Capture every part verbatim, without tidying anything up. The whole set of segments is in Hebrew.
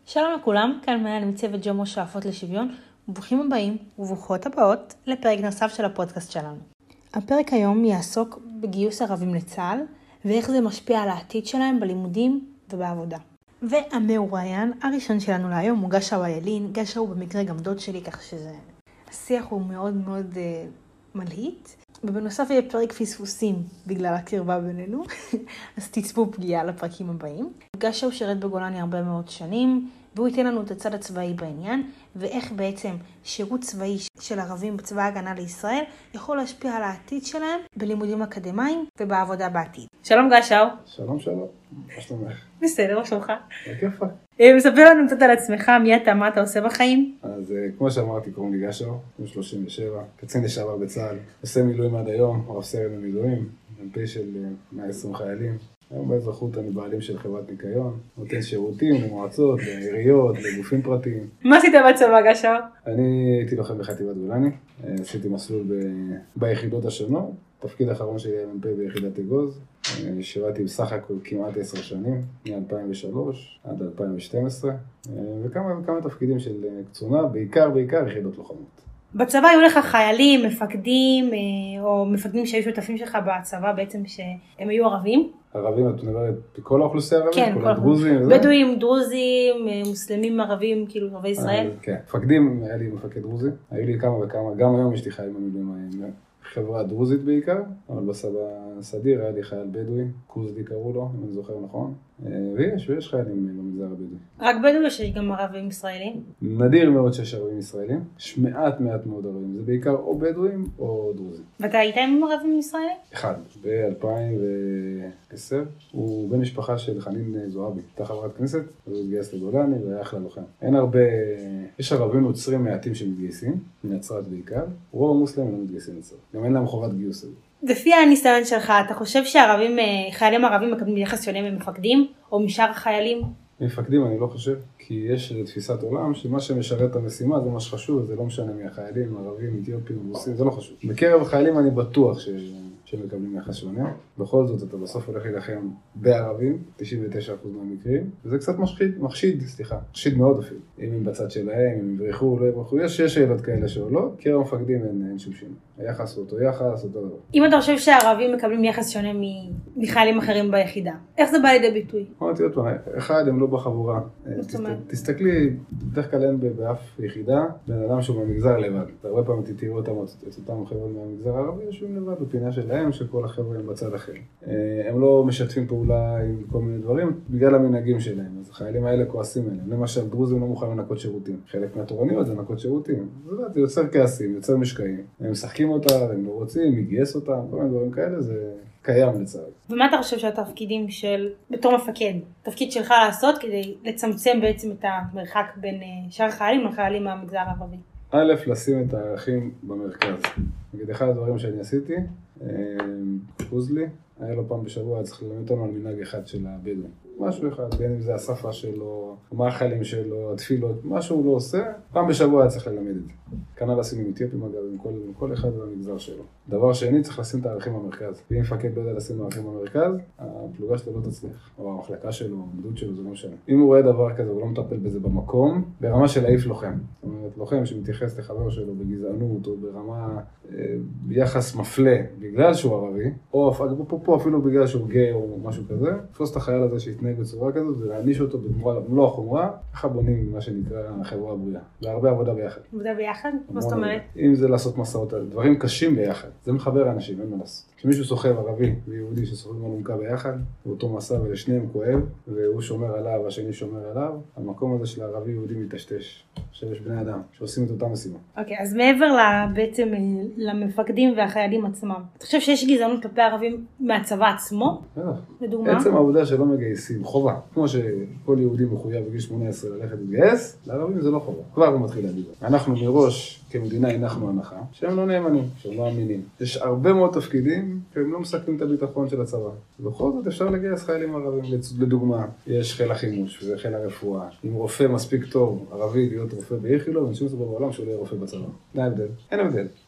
שלום לכולם, כאן מעיין מצוות ג'ומו שואפות לשוויון, וברוכים הבאים וברוכות הבאות לפרק נוסף של הפודקאסט שלנו. הפרק היום יעסוק בגיוס ערבים לצה"ל, ואיך זה משפיע על העתיד שלהם בלימודים ובעבודה. והמרואיין הראשון שלנו להיום הוא גשר וילין. גשר הוא במקרה גם דוד שלי, כך שזה השיח הוא מאוד מאוד uh, מלהיט. ובנוסף יהיה פרק פספוסים בגלל הקרבה בינינו, אז תצפו פגיעה לפרקים הבאים. גשר הוא שירת בגולני הרבה מאוד שנים, והוא ייתן לנו את הצד הצבאי בעניין, ואיך בעצם שירות צבאי של ערבים בצבא ההגנה לישראל יכול להשפיע על העתיד שלהם בלימודים אקדמיים ובעבודה בעתיד. שלום גשר. שלום שלום, מה שלומך? בסדר, מה שלומך? בכיף. מספר לנו קצת על עצמך, מי אתה, מה אתה עושה בחיים? אז כמו שאמרתי, קוראים לי גשר, אני שלושים ושבע, קצין לשעבר בצה"ל, עושה מילואים עד היום, רב סרן במילואים, מ"פ של מאה ועשרים חיילים. היום באזרחות אני בעלים של חברת ניקיון, נותן שירותים למועצות, לעיריות, לגופים פרטיים. מה עשית בצבא, גשר? אני הייתי לוחם בחטיבת גולני, עשיתי מסלול ב... ביחידות השונות, תפקיד האחרון שלי היה מ"פ ביחידת אגוז, שירתי בסך הכל כמעט עשר שנים, מ-אלפיים ושלוש עד אלפיים ושתים עשרה, וכמה וכמה תפקידים של קצונה, בעיקר בעיקר יחידות לוחמות. בצבא היו לך חיילים, מפקדים, או מפקדים שהיו שותפים שלך בצבא בעצם שהם היו ערבים? ערבים, את מדברת בכל האוכלוסייה הערבית? כן, כל הדרוזים? בדואים, דרוזים, מוסלמים ערבים, כאילו ערבי ישראל? כן, מפקדים, היה לי מפקד דרוזי, היו לי כמה וכמה, גם היום יש לי חיילים במילואים, חברה דרוזית בעיקר, אבל בסבא סדיר היה לי חייל בדואי, קוזלי קראו לו, אם אני זוכר נכון, ויש, ויש חיילים במגזר הבדואי. רק בדואי או שיש גם ערבים ישראלים? נדיר מאוד שיש ערבים ישראלים, יש מעט מעט מאוד ערבים, זה בעיקר או בדואים או דרוזים. ואתה היית עם ערבים ישראלים? אחד, ב-אלפיים ועשר, הוא בן משפחה של חנין זועבי, הייתה חברת כנסת, אז הוא התגייס לגולני והיה אחלה לוחם. אין הרבה, יש ערבים נוצרים מעטים שמתגייסים, מנצרת בעיקר, רוב המוסלמים לא מתגייסים לצבא, גם אין להם חובת גיוס הזה. לפי הניסיון שלך, אתה חושב שהערבים, חיילים ערבים מקבלים יחס שונה ממפקדים, או משאר החיילים? מפקדים אני לא חושב, כי יש תפיסת עולם שמה שמשרת את המשימה זה מה שחשוב, זה לא משנה מהחיילים, ערבים, אתיופים, רוסים, זה לא חשוב. בקרב החיילים אני בטוח ש... שמקבלים יחס שונה. בכל זאת אתה בסוף הולך להילחם בערבים, תשעים ותשעה אחוז מהמקרים, וזה קצת מחשיד, מחשיד, סליחה, מחשיד מאוד אפילו. אם הם בצד שלהם, אם הם יברחו, לא יברחו, יש שש שאלות כאלה שעולות, קרב המפקדים אין, אין שום שינוי. היחס הוא אותו יחס, אותו דבר. אם אתה חושב שהערבים מקבלים יחס שונה מחיילים אחרים ביחידה, איך זה בא לידי ביטוי? אמרתי עוד פעם, אחד, הם לא בחבורה. תסתכלי, בדרך כלל אין באף יחידה, בן אדם שהוא במגזר לבד. הרבה פעמים תראו אותם, את אותם חבר'ה מהמגזר הערבי, יושבים לבד בפינה שלהם, שכל החבר'ה הם בצד אחר. הם לא משתפים פעולה עם כל מיני דברים, בגלל המנהגים שלהם. אז החיילים האלה כועסים עליהם. למשל, דרוזים לא מוכנים לנקות שירותים. חלק מהתורניות זה לנקות שירותים. זה יוצר כעסים, יוצר משקעים. הם משחקים אותה, הם לא רוצים, מגייס אותה, כל מיני דברים כאלה, זה קיים לצערי. ומה אתה חושב שהתפקידים של, בתור מפקד, תפקיד שלך לעשות כדי לצמצם בעצם את המרחק בין שאר החיילים לחיילים מהמגזר הערבי? א', לשים את הערכים במרכז. נגיד, אחד הדברים שאני עשיתי, קוזלי, היה לו פעם בשבוע, היה צריך ללמד אותנו על מנהג אחד של הבדואים. משהו אחד, בין אם זה השפה שלו, המאכלים שלו, התפילות, משהו הוא לא עושה, פעם בשבוע היה צריך ללמד את זה. כנ"ל לשים עם אתיופים אגב, עם כל, עם כל אחד במגזר שלו. דבר שני, צריך לשים את הערכים במרכז. ואם מפקד לא יודע לשים הערכים במרכז, הפלוגה שלו לא תצליח. או המחלקה שלו, הגדוד שלו, זה לא משנה. אם הוא רואה דבר כזה, הוא לא מטפל בזה במקום, ברמה של להעיף לוחם. זאת אומרת, לוחם שמתייחס לחבר שלו בגזענות, או ברמה אה, ביחס מפלה, בגלל שהוא ערבי, או פה, פה אפילו בגלל שהוא גיי או משהו כזה, תפוס את החייל הזה שיתנהג בצורה כזאת ולהעניש אותו במלוא החומרה, ככה בונים מה שנקרא החברה הבריאה. והרבה עבודה ביחד. עבודה ביחד? מה זאת אומרת? אם זה לעשות מסעות, דברים קשים ביחד, זה מחבר אנשים, אין מה לעשות. כשמישהו סוחב ערבי ויהודי שסוחבים אלונקה ביחד, באותו מסע ולשניהם כואב, והוא שומר עליו והשני שומר עליו, המקום הזה של הערבי יהודי מתשתש. עכשיו יש בני אדם שעושים את אותה משימה. אוקיי, אז מעבר בעצם למפקדים והחיילים עצמם, אתה חושב שיש גזענות כלפי ערבים מהצבא עצמו? לדוגמה? עצם העובדה שלא מגייסים, חובה. כמו שכל יהודי מחויב בגיל שמונה עשרה ללכת להתגייס, לערבים זה לא חובה. כבר הוא מתחיל להגיד. אנחנו מראש כמדינה הנחנו הנחה, שהם לא נאמנים, שהם לא אמינים. יש הרבה מאוד תפקידים שהם לא מסכנים את הביטחון של הצבא. ובכל זאת אפשר לגייס חיילים ערבים. לדוגמה, יש חיל החימוש, וזה חיל הרפואה. אם רופא מספיק טוב, ערבי להיות רופא באיכילוב, אנשים זה בעולם שהוא לא יהיה רופא בצבא. זה ההבדל. אין הבדל.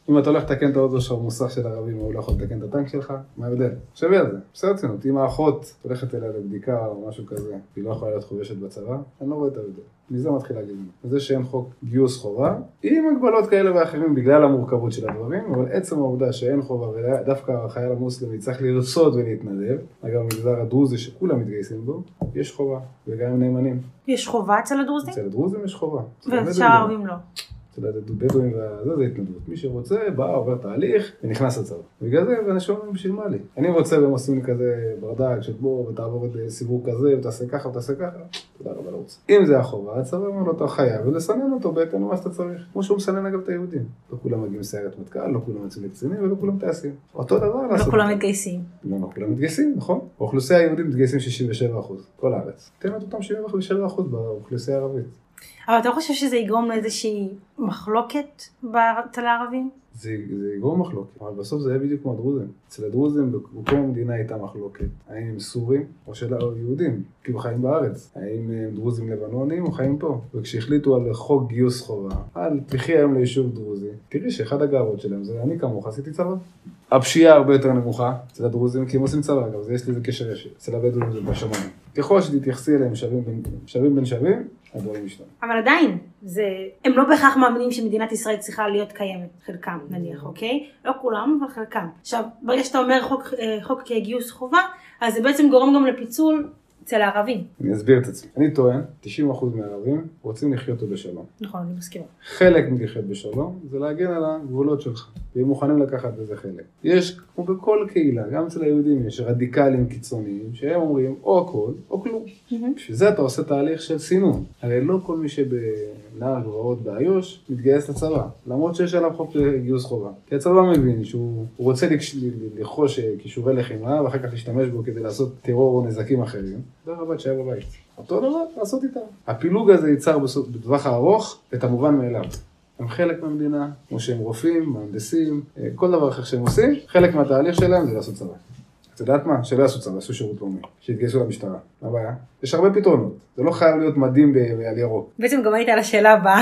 אם אתה הולך לתקן את האוטו שלך במוסך של ערבים, הוא לא יכול לתקן את הטנק שלך, מה ההבדל? תחשבי על זה, בסדר ציונות, אם האחות הולכת אליה לבדיקה או משהו כזה, היא לא יכולה להיות חובשת בצבא, אני לא רואה את ההבדל. מזה מתחיל להגיד לי. וזה שאין חוק גיוס חובה, עם הגבלות כאלה ואחרים בגלל המורכבות של הדברים, אבל עצם העובדה שאין חובה, ודווקא החייל המוסלמי צריך לרצות ולהתנדב, אגב, המגזר הדרוזי שכולם מתגייסים בו, יש חובה, וגם הם נאמנים. יש חובה אצל הדרוזים? אצל הדרוזים יש חובה. ואצל הערבים לא. אצל הבדואים וזה, זה התנדבות. מי שרוצה, בא, עובר תהליך, ונכנס לצבא. בגלל זה, ואנשים אומרים, בשביל מה לי? אני רוצה, והם עושים לי כזה ברדק, שתבוא ותעבור את סיבוב כזה, ותעשה ככה, ותעשה ככה, תודה רבה, לא רוצה. אם זה החובה, הצבא אומר לו, אתה חייב, ולסנן אותו בהתאם למה שאתה צריך. כמו שהוא מסנן אגב את היהודים. לא כולם מגיעים סיירת מטכ"ל, לא כולם יוצאים לקצינים, ולא כולם טייסים. אותו דבר לעשות. לא כולם מתגייסים. לא, לא כולם מתגייסים, נכון? האוכלוסייה היהודית מתגייסים שישים ושבעה אחוז, כל הארץ. תן את אותם שבעים ושבעה אחוז באוכלוסייה הערבית. אבל אתה חושב שזה יגרום לאיזושהי מחלוקת אצל הערבים? זה, זה יגרום מחלוקת, אבל בסוף זה יהיה בדיוק כמו הדרוזים. אצל הדרוזים, בכל המדינה הייתה מחלוקת. האם הם סורים או של יהודים, כאילו חיים בארץ. האם הם דרוזים לבנונים או חיים פה. וכשהחליטו על חוק גיוס חובה, על תחי היום ליישוב דרוזי, תראי שאחד הגאוות שלהם זה אני כמוך, עשיתי צבא. הפשיעה הרבה יותר נמוכה אצל הדרוזים, כי הם עושים צבא, אגב, זה יש לי קשר ישיר. אצל הבדואים זה בשמיים. ככל שתתייחסי אליהם שווים בין שווים, בין שווים הדברים משתנים. אבל עדיין, זה, הם לא בהכרח מאמינים שמדינת ישראל צריכה להיות קיימת, חלקם נניח, אוקיי? לא כולם, אבל חלקם. עכשיו, ברגע שאתה אומר חוק, חוק גיוס חובה, אז זה בעצם גורם גם לפיצול אצל הערבים. אני אסביר את עצמי. אני טוען, תשעים אחוז מהערבים רוצים לחיות בשלום. נכון, אני מסכימה. חלק מלחיות בשלום זה להגן על הגבולות שלך, והם מוכנים לקחת בזה חלק. יש, כמו בכל קהילה, גם אצל היהודים יש רדיקלים קיצוניים, שהם אומרים או הכל או כלום. בשביל זה אתה עושה תהליך של סינון. הרי לא כל מי שבנער גבעות באיו"ש מתגייס לצבא, למרות שיש עליו חוק גיוס חובה. כי הצבא מבין שהוא רוצה לרכוש כישורי לחימה, ואחר כך להשתמש בו כדי לעשות טרור או נזקים אחרים. זה רבת שהיה בבית. אותו דבר, לעשות איתם. הפילוג הזה ייצר בטווח הארוך את המובן מאליו. הם חלק מהמדינה, כמו שהם רופאים, מהנדסים, כל דבר אחר שהם עושים, חלק מהתהליך שלהם זה לעשות צבא. את יודעת מה? שלא יעשו צבא, יעשו שירות לאומי, שיתגייסו למשטרה. מה הבעיה? יש הרבה פתרונות. זה לא חייב להיות מדהים על ירוק. בעצם גם היית על השאלה הבאה.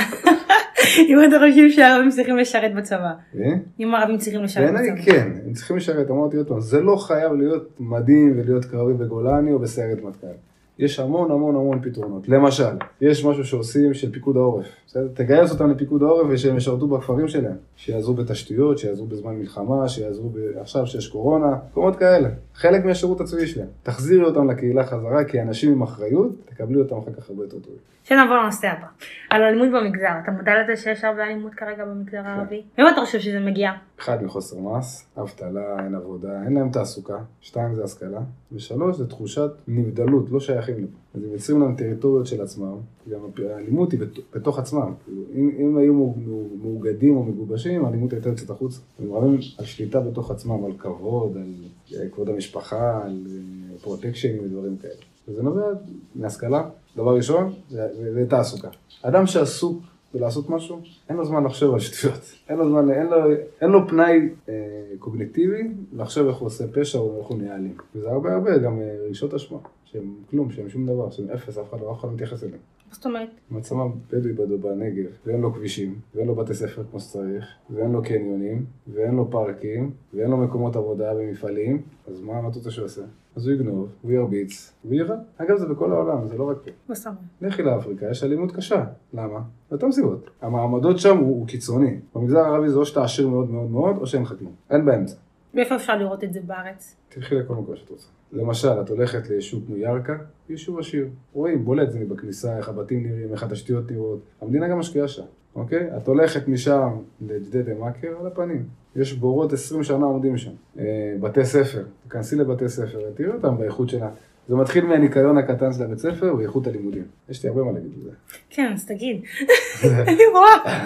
אם אתה חושב שהערבים צריכים לשרת בצבא. אם הערבים צריכים לשרת בצבא. בעיניי כן, הם צריכים לשרת, אמרתי אותו, זה לא חייב להיות מדהים ולהיות קרבי בגולני או בסיירת מטכ"ל. יש המון המון המון פתרונות. למשל, יש משהו שעושים של פיקוד העורף. בסדר? תגייס אותם לפיקוד העורף ושהם ישרתו בכפרים שלהם. שיעזרו בתשתיות, שיעזרו בזמן מלחמה, שיעזרו ב... עכשיו שיש קורונה, מקומות כאלה. חלק מהשירות הצבאי שלהם. תחזירי אותם לקהילה חזרה, כי אנשים עם אחריות, תקבלי אותם אחר כך הרבה יותר טובים. שנעבור לנושא הבא. על אלימות במגזר. אתה מודע לזה שיש הרבה אלימות כרגע במגזר הערבי? ומה אתה חושב שזה מגיע? אחד, מחוסר מס, אבטלה, אין עבודה, אין להם תעסוקה. שתיים, זה השכלה. ושלוש, זה תחושת נבדלות, לא שייכים לפה. אז הם יוצרים להם טריטוריות של עצמם, גם האלימות היא בתוך עצמם. אם, אם היו מאוגדים או מגובשים, האלימות הייתה יוצאת החוץ. הם רבים על שליטה בתוך עצמם, על כבוד, על כבוד המשפחה, על פרוטקשנים ודברים כאלה. וזה נובע מהשכלה, דבר ראשון, זה, זה תעסוקה. אדם שעסוק בלעשות משהו, אין לו זמן לחשוב על שטויות. אין לו זמן, אין לו, אין לו פנאי אה, קוגניטיבי לחשוב איך הוא עושה פשע או איך הוא נעלים. וזה הרבה הרבה, גם אה, רגשות אשמה, שהם כלום, שהם שום דבר, שהם אפס, אף אחד לא, אף אחד לא מתייחס אליהם. מה זאת אומרת? מצמה בדואי בנגב, ואין לו כבישים, ואין לו בתי ספר כמו שצריך, ואין לו קניונים, ואין לו פארקים, ואין לו מקומות עבודה במפעלים, אז מה אתה רוצה שהוא עושה? אז הוא יגנוב, הוא ירביץ, הוא יירה. אגב, זה בכל העולם, זה לא רק פה. בסדר. לכי לאפריקה, יש אלימות קשה. למה? באותן סיבות. המעמדות שם הוא, הוא קיצוני. במגזר הערבי זה או שאתה עשיר מאוד מאוד מאוד, או שאין לך כלום. אין באמצע. ואיפה אפשר לראות את זה בארץ? תלכי לכל מקום שאת רוצה. למשל, את הולכת ליישוב כמו ירקה, יישוב עשיר. רואים, בולט זה בכניסה, איך הבתים נראים, איך התשתיות נראות. המדינה גם משקיעה שם, אוקיי? את הולכת משם לג'דיידה מכר על הפנים. יש בורות עשרים שנה עומדים שם. בתי ספר, תכנסי לבתי ספר, תראי אותם באיכות שלה. זה מתחיל מהניקיון הקטן של הבית ספר ואיכות הלימודים. יש לי הרבה מה להגיד בזה. כן, אז תגיד. אני רואה.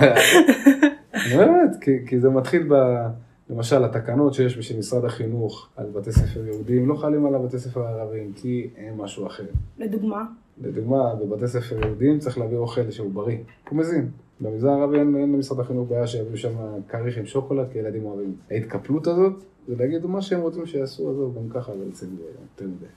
באמת, כי זה מתחיל ב... למשל, התקנות שיש בשביל משרד החינוך על בתי ספר יהודים לא חלים על הבתי ספר הערבים, כי אין משהו אחר. לדוגמה? לדוגמה, בבתי ספר יהודים צריך להביא אוכל שהוא בריא. הוא מזין. במגזר הערבי אין, אין למשרד החינוך בעיה שיביאו שם קריך עם שוקולד, כי ילדים אוהבים. ההתקפלות הזאת, זה להגיד מה שהם רוצים שיעשו, אז גם ככה זה בעצם יותר מדי.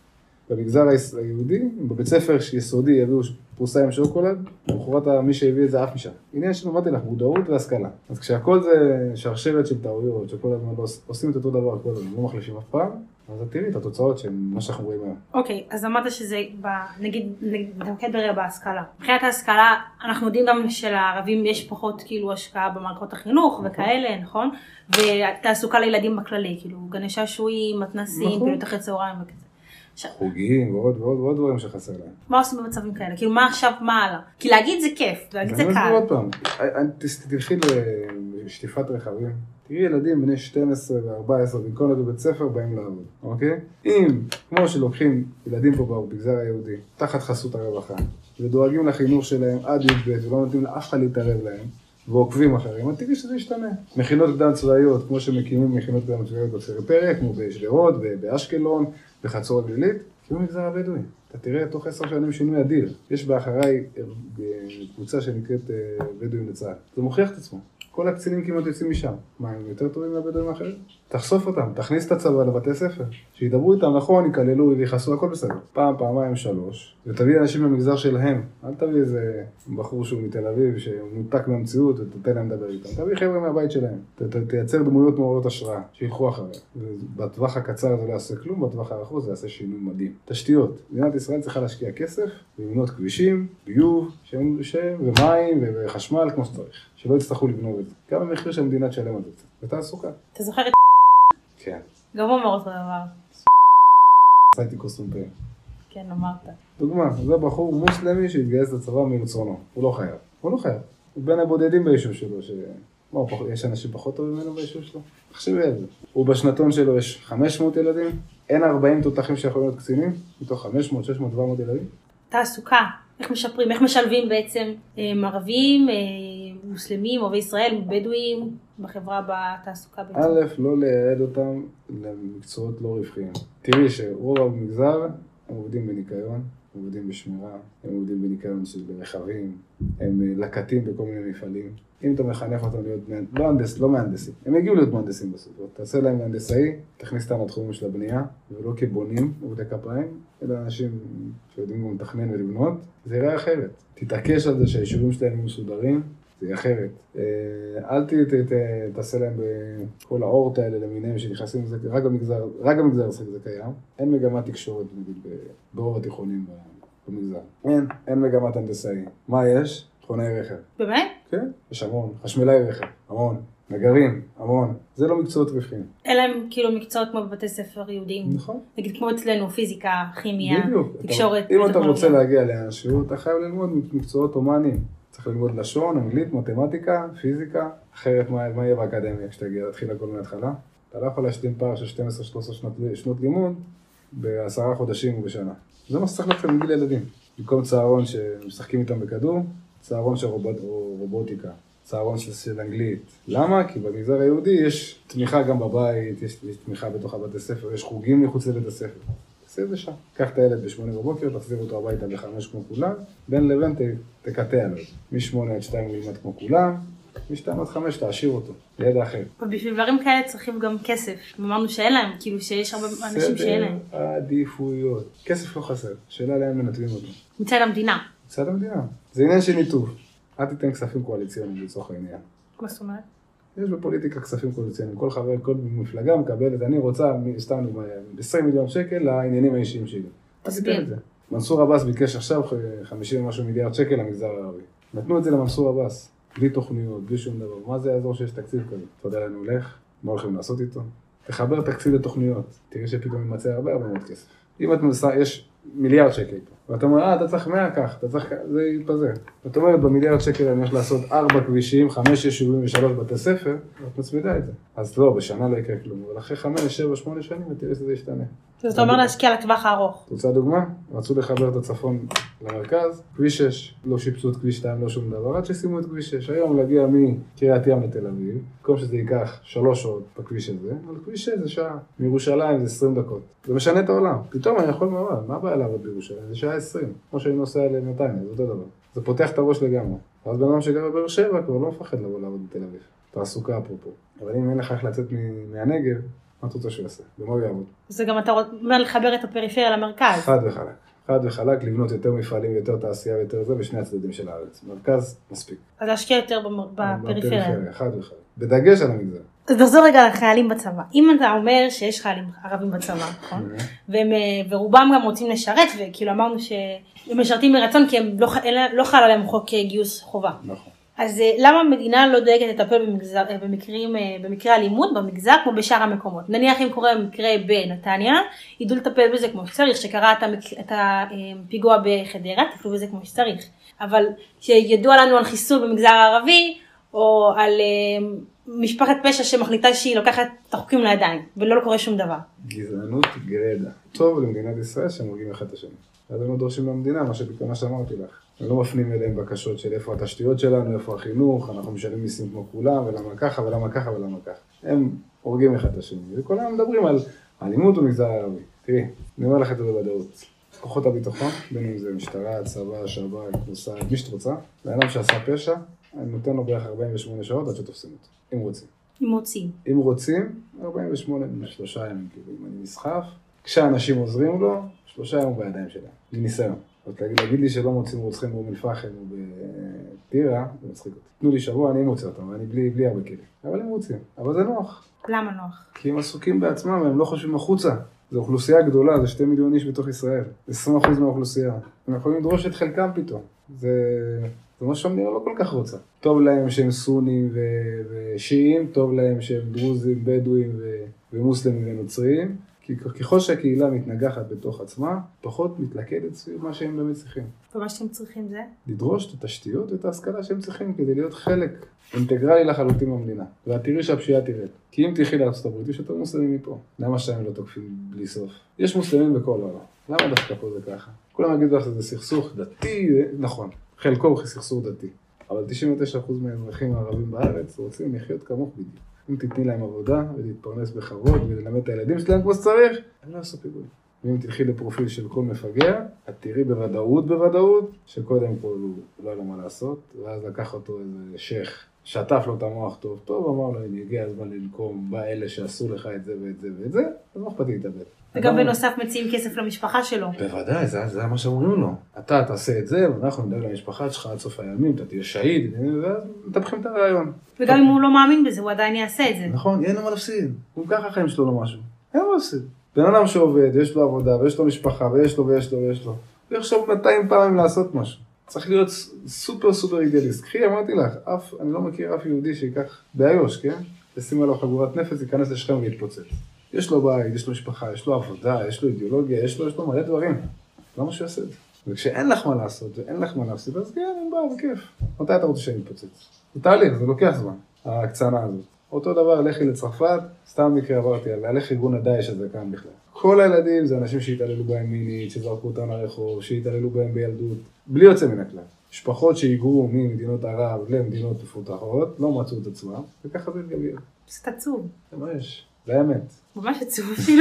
במגזר היהודי, בבית ספר יסודי יביאו פרוסה עם שוקולד, ובחורת מי שהביא את זה אף משם. עניין שנאמרתי לך, מודעות והשכלה. אז כשהכל זה שרשרת של טעויות, שכל הזמן לא עושים את אותו דבר, כל הזמן לא מחלישים אף פעם, אז תראי את התוצאות של מה שאנחנו רואים היום. אוקיי, אז אמרת שזה, נגיד, נתמקד ברגע בהשכלה. מבחינת ההשכלה, אנחנו יודעים גם שלערבים יש פחות כאילו השקעה במערכות החינוך וכאלה, נכון? ותעסוקה לילדים בכללי, כאילו גני שעשועים, מתנסים, פעילות אחרי צהריים וכזה. חוגים ועוד ועוד ועוד דברים שחסר להם. מה עושים במצבים כאלה? כאילו מה עכשיו, מה הלאה? כי להגיד זה כיף, להגיד זה קל. אני מסביר עוד פעם, תלכי לשטיפת רכבים, תראי ילדים בני שתים עשרה ו-ארבע עשרה במקום לבית ספר באים לעבוד, אוקיי? אם, כמו שלוקחים ילדים פה במגזר היהודי, תחת חסות הרווחה, ודואגים לחינוך שלהם עד י"ב ולא נותנים לאף אחד להתערב להם, ועוקבים אחרים, אז תראי שזה ישתנה. מכינות קדם צבאיות, כמו שמקימים מכינות קדם צבאיות בפריפריה, כמו בשדרות, באשקלון, בחצור הגלילית, כאילו מגזר הבדואי. אתה תראה, תוך עשר שנים שינוי אדיר. יש באחריי קבוצה שנקראת בדואים לצה"ל. זה מוכיח את עצמו. כל הקצינים כמעט יוצאים משם. מה, הם יותר טובים מהבדואים האחרים? תחשוף אותם, תכניס את הצבא לבתי ספר. שידברו איתם, נכון, יקללו, ויחסו, הכל בסדר. פעם, פעמיים, שלוש. ותביא אנשים במגזר שלהם. אל תביא איזה בחור שהוא מתל אביב, שמותק מהמציאות, ותתן להם לדבר איתם. תביא חבר'ה מהבית שלהם. ת, ת, תייצר דמויות מעוררות השראה, שילכו אחריה. ובטווח הקצר זה לא יעשה כלום, בטווח האחוז זה יעשה שינוי מדהים. תשתיות. מדינת ישראל צריכה להשקיע כסף, לבנות כבישים, ביוב, שם, שם, ומים, וחשמל, כמו שצריך. שלא יצטרכו לבנות את זה. גם המחיר שהמדינה תשלם על זה. ותעסוקה. אתה זוכר את כן. גם אומר אותו דבר. עשיתי קוסום פה. כן, אמרת. דוגמה, זה בחור מוסלמי שהתגייס לצבא מרצונו. הוא לא חייב. הוא לא חייב. הוא בין הבודדים ביישוב שלו, ש... מה, יש אנשים פחות טובים ממנו ביישוב שלו? תחשבי על זה. הוא בשנתון שלו יש חמש מאות ילדים, אין ארבעים תותחים שיכולים להיות קצינים, מתוך חמש מאות, שש מאות, שבע מאות ילדים. תעסוקה. איך משפרים, איך משלבים בעצם ערבים, מוסלמים, אוהבי ישראל, בדואים, בחברה בתעסוקה בעצם? א', לא לייעד אותם למקצועות לא רווחיים. תראי שרוב המגזר הם עובדים בניקיון, הם עובדים בשמירה, הם עובדים בניקיון של רכבים, הם לקטים בכל מיני מפעלים. אם אתה מחנך אותם להיות לא מהנדס, לא מהנדסים, הם יגיעו להיות מהנדסים בסוף. תעשה להם מהנדסאי, תכניס אותם לתחומים של הבנייה, ולא כבונים, עובדי כפיים, אלא אנשים שיודעים גם לתכנן ולבנות, זה יראה אחרת. תתעקש על זה שהיישובים שלהם יהיו מסודרים, זה יהיה אחרת. אל תעשה להם בכל האורט האלה למיניהם שנכנסים לזה, רק במגזר, רק במגזר זה קיים. אין מגמת תקשורת, נגיד, ברוב התיכונים במגזר. אין, אין מגמת הנדסאי. מה יש? מכונאי רכב. באמת? כן, יש המון. חשמלאי רכב, המון. נגרים, המון. זה לא מקצועות רווחיים. אלא הם כאילו מקצועות כמו בבתי ספר יהודיים. נכון. נגיד כמו אצלנו, פיזיקה, כימיה, תקשורת. אם אתה רוצה להגיע לאנשהו, אתה חייב ללמוד מקצועות הומניים. צריך ללמוד לשון, אנגלית, מתמטיקה, פיזיקה. אחרת מה, מה יהיה באקדמיה כשתגיע, תתחיל הכל מההתחלה? אתה לא יכול להשלים פער של שתים עשרה שלוש עשרה שנות, שנות לימוד בעשרה חודשים ובשנה. זה מה שצריך לכם מגיל ילדים. במקום צהרון שמשחקים איתם בכדור, צהרון של רובוט, או רובוטיקה, צהרון של, של אנגלית. למה? כי במגזר היהודי יש תמיכה גם בבית, יש, יש תמיכה בתוך הבתי ספר, יש חוגים מחוץ לבית הספר. תעשה את זה שם. קח את הילד בשמונה בבוקר, תחזיר אותו הביתה בחמש כמו כולם, בין לבין ת, תקטע לו. משמונה עד שתיים ללמד כמו כולם, משתיים עד חמש תעשיר אותו, לידע אחר. ובשביל דברים כאלה צריכים גם כסף. אמרנו שאין להם, כאילו שיש הרבה אנשים שאין להם. סדר עדיפויות. כסף לא חסר, שאלה להם מנתבים אותו. מצד המדינה. מצד המדינה. זה עניין של ניתוב. אל תיתן כספים קואליציוניים לצורך העניין. מה זאת אומרת? יש בפוליטיקה כספים קואליציוניים. כל חבר, כל מפלגה מקבלת, אני רוצה, סתם, עשרים מיליון שקל לעניינים האישיים שלי. תסביר. מנסור עבאס ביקש עכשיו חמישים ומשהו מיליארד שקל למגזר הערבי. נתנו את זה למנסור עבאס, בלי תוכניות, בלי שום דבר. מה זה יעזור שיש תקציב כזה? אתה יודע לאן הוא הולך? מה הולכים לעשות איתו? תחבר תקציב לתוכניות. תראה שפתאום ימצא הרבה הרבה מאוד כסף. אם את מנסה, יש מיליארד שקל פה. ואתה אומר, אה, אתה צריך מאה כך, אתה צריך, זה יתפזר. זאת אומרת, במיליארד שקל אני הולך לעשות ארבע כבישים, חמש יישובים ושלוש בתי ספר, ואת מצמידה את זה. אז לא, בשנה לא יקרה כלום, אבל אחרי חמש, שבע, שמונה שנים, ותראה שזה ישתנה. זאת אומרת, להשקיע לטווח הארוך. רוצה דוגמה? רצו לחבר את הצפון למרכז, כביש שש, לא שיפצו את כביש שתיים, לא שום דבר, עד ששימו את כביש שש. היום להגיע מקריית ים לתל אביב, במקום שזה ייקח שלוש שעות בכביש הזה, אבל כביש שש זה שעה, מירושלים זה עשרים דקות. זה משנה את העולם. פתאום אני יכול מאוד, מה הבעיה לעבוד בירושלים? זה שעה עשרים, כמו שאני נוסע לנתניה, זה אותו דבר. זה פותח את הראש לגמרי. אז בן אדם שגר בבאר שבע כבר לא מפחד לבוא לעבוד בתל אביב. תעסוקה אפרופו. אבל אם אין לך איך לצאת מהנגב, מה את רוצה שהוא יעשה? במה הוא יעבוד? זה גם אתה אומר לחבר את הפריפריה למרכז. חד וחלק. חד וחלק, לבנות יותר מפעלים, יותר תעשייה ויותר זה, בשני הצדדים של הארץ. מרכז, מספיק. אז להשקיע יותר בפריפריה. בפריפריה, חד וחלק. בדגש על המגזר. אז נחזור רגע לחיילים בצבא. אם אתה אומר שיש חיילים ערבים בצבא, נכון? ורובם גם רוצים לשרת, וכאילו אמרנו שהם משרתים מרצון, כי הם לא חל עליהם חוק גיוס חובה. נכון. אז למה המדינה לא דואגת לטפל במקרים, במקרי אלימות במגזר כמו בשאר המקומות? נניח אם קורה מקרה בנתניה, ידעו לטפל בזה כמו שצריך, שקרה את הפיגוע בחדרה, תטפלו בזה כמו שצריך. אבל שידוע לנו על חיסול במגזר הערבי, או על משפחת פשע שמחליטה שהיא לוקחת את החוקים לידיים, ולא קורה שום דבר. גזענות גרידא. טוב למדינת ישראל שהם הורגים אחד את השני. אז הם לא דורשים למדינה, מה שאמרתי לך. הם לא מפנים אליהם בקשות של איפה התשתיות שלנו, איפה החינוך, אנחנו משלמים מיסים כמו כולם, ולמה ככה, ולמה ככה, ולמה ככה. הם הורגים אחד את השני, וכל היום מדברים על אלימות במגזר הערבי. תראי, אני אומר לך את זה בוודאות. כוחות הביטחון, בין אם זה משטרה, צבא, שב"כ, מוסד, מי שאת רוצה, לאדם שעשה פשע, אני נותן לו בערך ארבעים ושמונה שעות עד שתופסים אותו, אם רוצים. אם רוצים. אם רוצים, ארבעים ושמונה, שלושה ימים, כאילו, אם אני נסחף, כשאנשים עוזרים לו, שלושה ימים בידיים שלהם, לניסיון. אז להגיד לי שלא מוצאים רוצחים באום אל-פחם או בטירה, זה מצחיק אותי. תנו לי שבוע, אני מוצא אותם, ואני בלי, בלי הרבה כלים. אבל הם רוצים, אבל זה נוח. למה נוח? כי הם עסוקים בעצמם, הם לא חושבים החוצה. זו אוכלוסייה גדולה, זה שתי מיליון איש בתוך ישראל. זה עשרים אחוז מהאוכלוסייה. הם יכולים לדרוש את חלקם פתאום. זה, זה מה שהמדינה לא כל כך רוצה. טוב להם שהם סונים ו... ושיעים, טוב להם שהם דרוזים, בדואים ו... ומוסלמים ונוצריים. כי ככל שהקהילה מתנגחת בתוך עצמה, פחות מתלכדת סביב מה שהם באמת צריכים. ומה שהם צריכים זה? לדרוש את התשתיות ואת ההשכלה שהם צריכים כדי להיות חלק אינטגרלי לחלוטין במדינה. ואת תראי שהפשיעה תרד. כי אם תלכי לארצות הברית, יש יותר מוסלמים מפה. למה שהם לא תוקפים בלי סוף? יש מוסלמים בכל העולם. למה דווקא פה זה ככה? כולם יגידו לך שזה סכסוך דתי, נכון. חלקו הוא סכסוך דתי. אבל תשעים ותשעה אחוז מהאזרחים הערבים בארץ רוצים לחיות כמוך בדיוק. אם תתני להם עבודה ולהתפרנס בכבוד וללמד את הילדים שלהם כמו שצריך, הם לא עשו פיגועים. ואם תלכי לפרופיל של כל מפגע, את תראי בוודאות בוודאות, שקודם כל הוא לא היה לו מה לעשות, ואז לקח אותו איזה שייך, שטף לו את המוח טוב טוב, אמר לו, הנה, הגיע הזמן לנקום באלה שעשו לך את זה ואת זה ואת זה, אז לא אכפת לי להתאבד. וגם בנוסף מציעים כסף למשפחה שלו. בוודאי, זה, זה מה שאומרים לו. אתה תעשה את זה, ואנחנו נדאג למשפחה שלך עד סוף הימים, אתה תהיה שהיד, ואז מטפחים את הרעיון. וגם אם הוא לא מאמין בזה, הוא עדיין יעשה את זה. נכון, אין לו מה להפסיד. הוא ככה החיים שלו לא משהו. אין לו מה להפסיד. בן אדם שעובד, יש לו עבודה, ויש לו משפחה, ויש לו, ויש לו, ויש לו. הוא יחשוב מאתיים פעמים לעשות משהו. צריך להיות סופר סופר אידיאליסט. קחי, אמרתי לך, אף, אני לא מכיר אף יהודי שיקח באיו"ש, כן? תשים עליו חגורת נפץ, ייכנס לשכם ויתפוצץ. יש לו בית, יש לו משפחה, יש לו עבודה, יש לו אידיאולוגיה, יש לו, יש לו מלא דברים. למה שהוא יעשה את זה? וכשאין לך מה לעשות ואין לך מה להפסיד, אז כן, אין בעיה, זה כיף. מתי אתה רוצה שאני מתפוצץ? זה תהליך, זה לוקח זמן, ההקצנה הזאת. אותו דבר, לכי לצרפת, סתם מקרה עברתי על, הלך ארגון הדאעש הזה כאן בכלל. כל הילדים זה אנשים שהתעללו בהם מינית, שזרקו אותם לרחוב, שהתעללו בהם בילדות, בלי יוצא מן הכלל. משפחות שהיגרו ממדינות ערב למדינות מפותחות, לא מצאו את עצמם, וככה זה התגלגל. זה עצוב. זה מה יש, זה האמת. ממש עצוב אפילו.